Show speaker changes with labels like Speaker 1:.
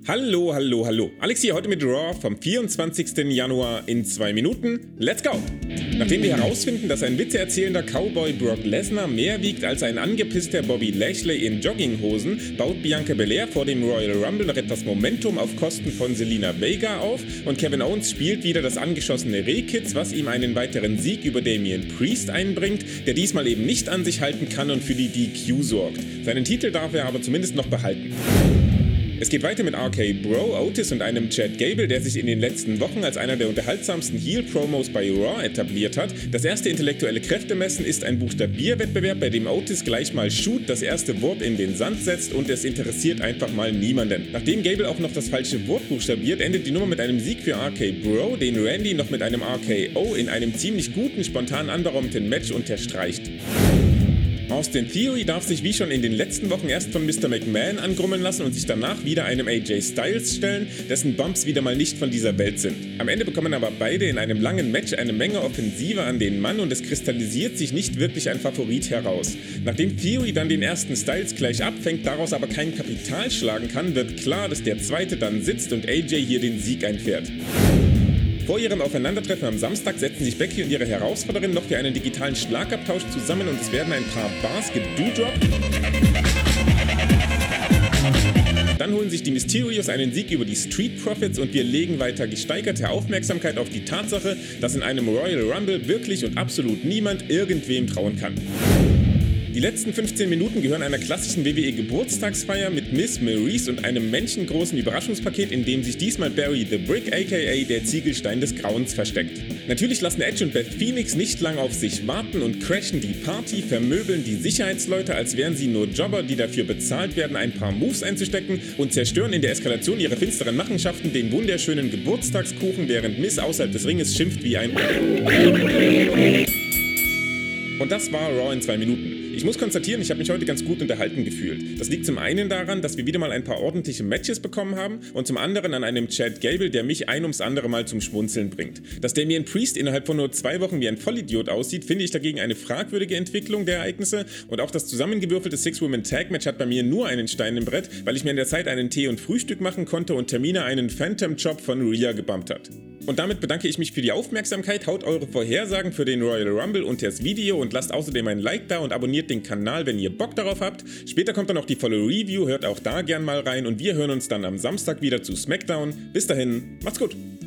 Speaker 1: Hallo, hallo, hallo. Alex hier heute mit Raw vom 24. Januar in 2 Minuten. Let's go! Nachdem wir herausfinden, dass ein witzeerzählender Cowboy Brock Lesnar mehr wiegt als ein angepisster Bobby Lashley in Jogginghosen, baut Bianca Belair vor dem Royal Rumble noch etwas Momentum auf Kosten von Zelina Vega auf und Kevin Owens spielt wieder das angeschossene Rehkitz, was ihm einen weiteren Sieg über Damian Priest einbringt, der diesmal eben nicht an sich halten kann und für die DQ sorgt. Seinen Titel darf er aber zumindest noch behalten. Es geht weiter mit RK Bro, Otis und einem Chad Gable, der sich in den letzten Wochen als einer der unterhaltsamsten Heel-Promos bei Raw etabliert hat. Das erste intellektuelle Kräftemessen ist ein Buchstabierwettbewerb, bei dem Otis gleich mal Shoot das erste Wort in den Sand setzt und es interessiert einfach mal niemanden. Nachdem Gable auch noch das falsche Wort buchstabiert, endet die Nummer mit einem Sieg für RK Bro, den Randy noch mit einem RKO in einem ziemlich guten, spontan anberaumten Match unterstreicht. Austin Theory darf sich wie schon in den letzten Wochen erst von Mr. McMahon angrummeln lassen und sich danach wieder einem AJ Styles stellen, dessen Bumps wieder mal nicht von dieser Welt sind. Am Ende bekommen aber beide in einem langen Match eine Menge Offensive an den Mann und es kristallisiert sich nicht wirklich ein Favorit heraus. Nachdem Theory dann den ersten Styles gleich abfängt, daraus aber kein Kapital schlagen kann, wird klar, dass der zweite dann sitzt und AJ hier den Sieg einfährt. Vor ihrem Aufeinandertreffen am Samstag setzen sich Becky und ihre Herausforderin noch für einen digitalen Schlagabtausch zusammen und es werden ein paar Bars gedudroppt. Dann holen sich die Mysterios einen Sieg über die Street Profits und wir legen weiter gesteigerte Aufmerksamkeit auf die Tatsache, dass in einem Royal Rumble wirklich und absolut niemand irgendwem trauen kann. Die letzten 15 Minuten gehören einer klassischen WWE-Geburtstagsfeier mit Miz, Maryse und einem menschengroßen Überraschungspaket, in dem sich diesmal Barry the Brick aka der Ziegelstein des Grauens versteckt. Natürlich lassen Edge und Beth Phoenix nicht lang auf sich warten und crashen die Party, vermöbeln die Sicherheitsleute, als wären sie nur Jobber, die dafür bezahlt werden, ein paar Moves einzustecken und zerstören in der Eskalation ihrer finsteren Machenschaften den wunderschönen Geburtstagskuchen, während Miz außerhalb des Ringes schimpft wie ein... Und das war Raw in 2 Minuten. Ich muss konstatieren, ich habe mich heute ganz gut unterhalten gefühlt. Das liegt zum einen daran, dass wir wieder mal ein paar ordentliche Matches bekommen haben und zum anderen an einem Chad Gable, der mich ein ums andere Mal zum Schmunzeln bringt. Dass Damian Priest innerhalb von nur 2 Wochen wie ein Vollidiot aussieht, finde ich dagegen eine fragwürdige Entwicklung der Ereignisse und auch das zusammengewürfelte Six-Women-Tag-Match hat bei mir nur einen Stein im Brett, weil ich mir in der Zeit einen Tee und Frühstück machen konnte und Tamina einen Phantom-Job von Rhea gebumpt hat. Und damit bedanke ich mich für die Aufmerksamkeit, haut eure Vorhersagen für den Royal Rumble unter das Video und lasst außerdem ein Like da und abonniert den Kanal, wenn ihr Bock darauf habt. Später kommt dann noch die volle Review, hört auch da gern mal rein und wir hören uns dann am Samstag wieder zu SmackDown. Bis dahin, macht's gut!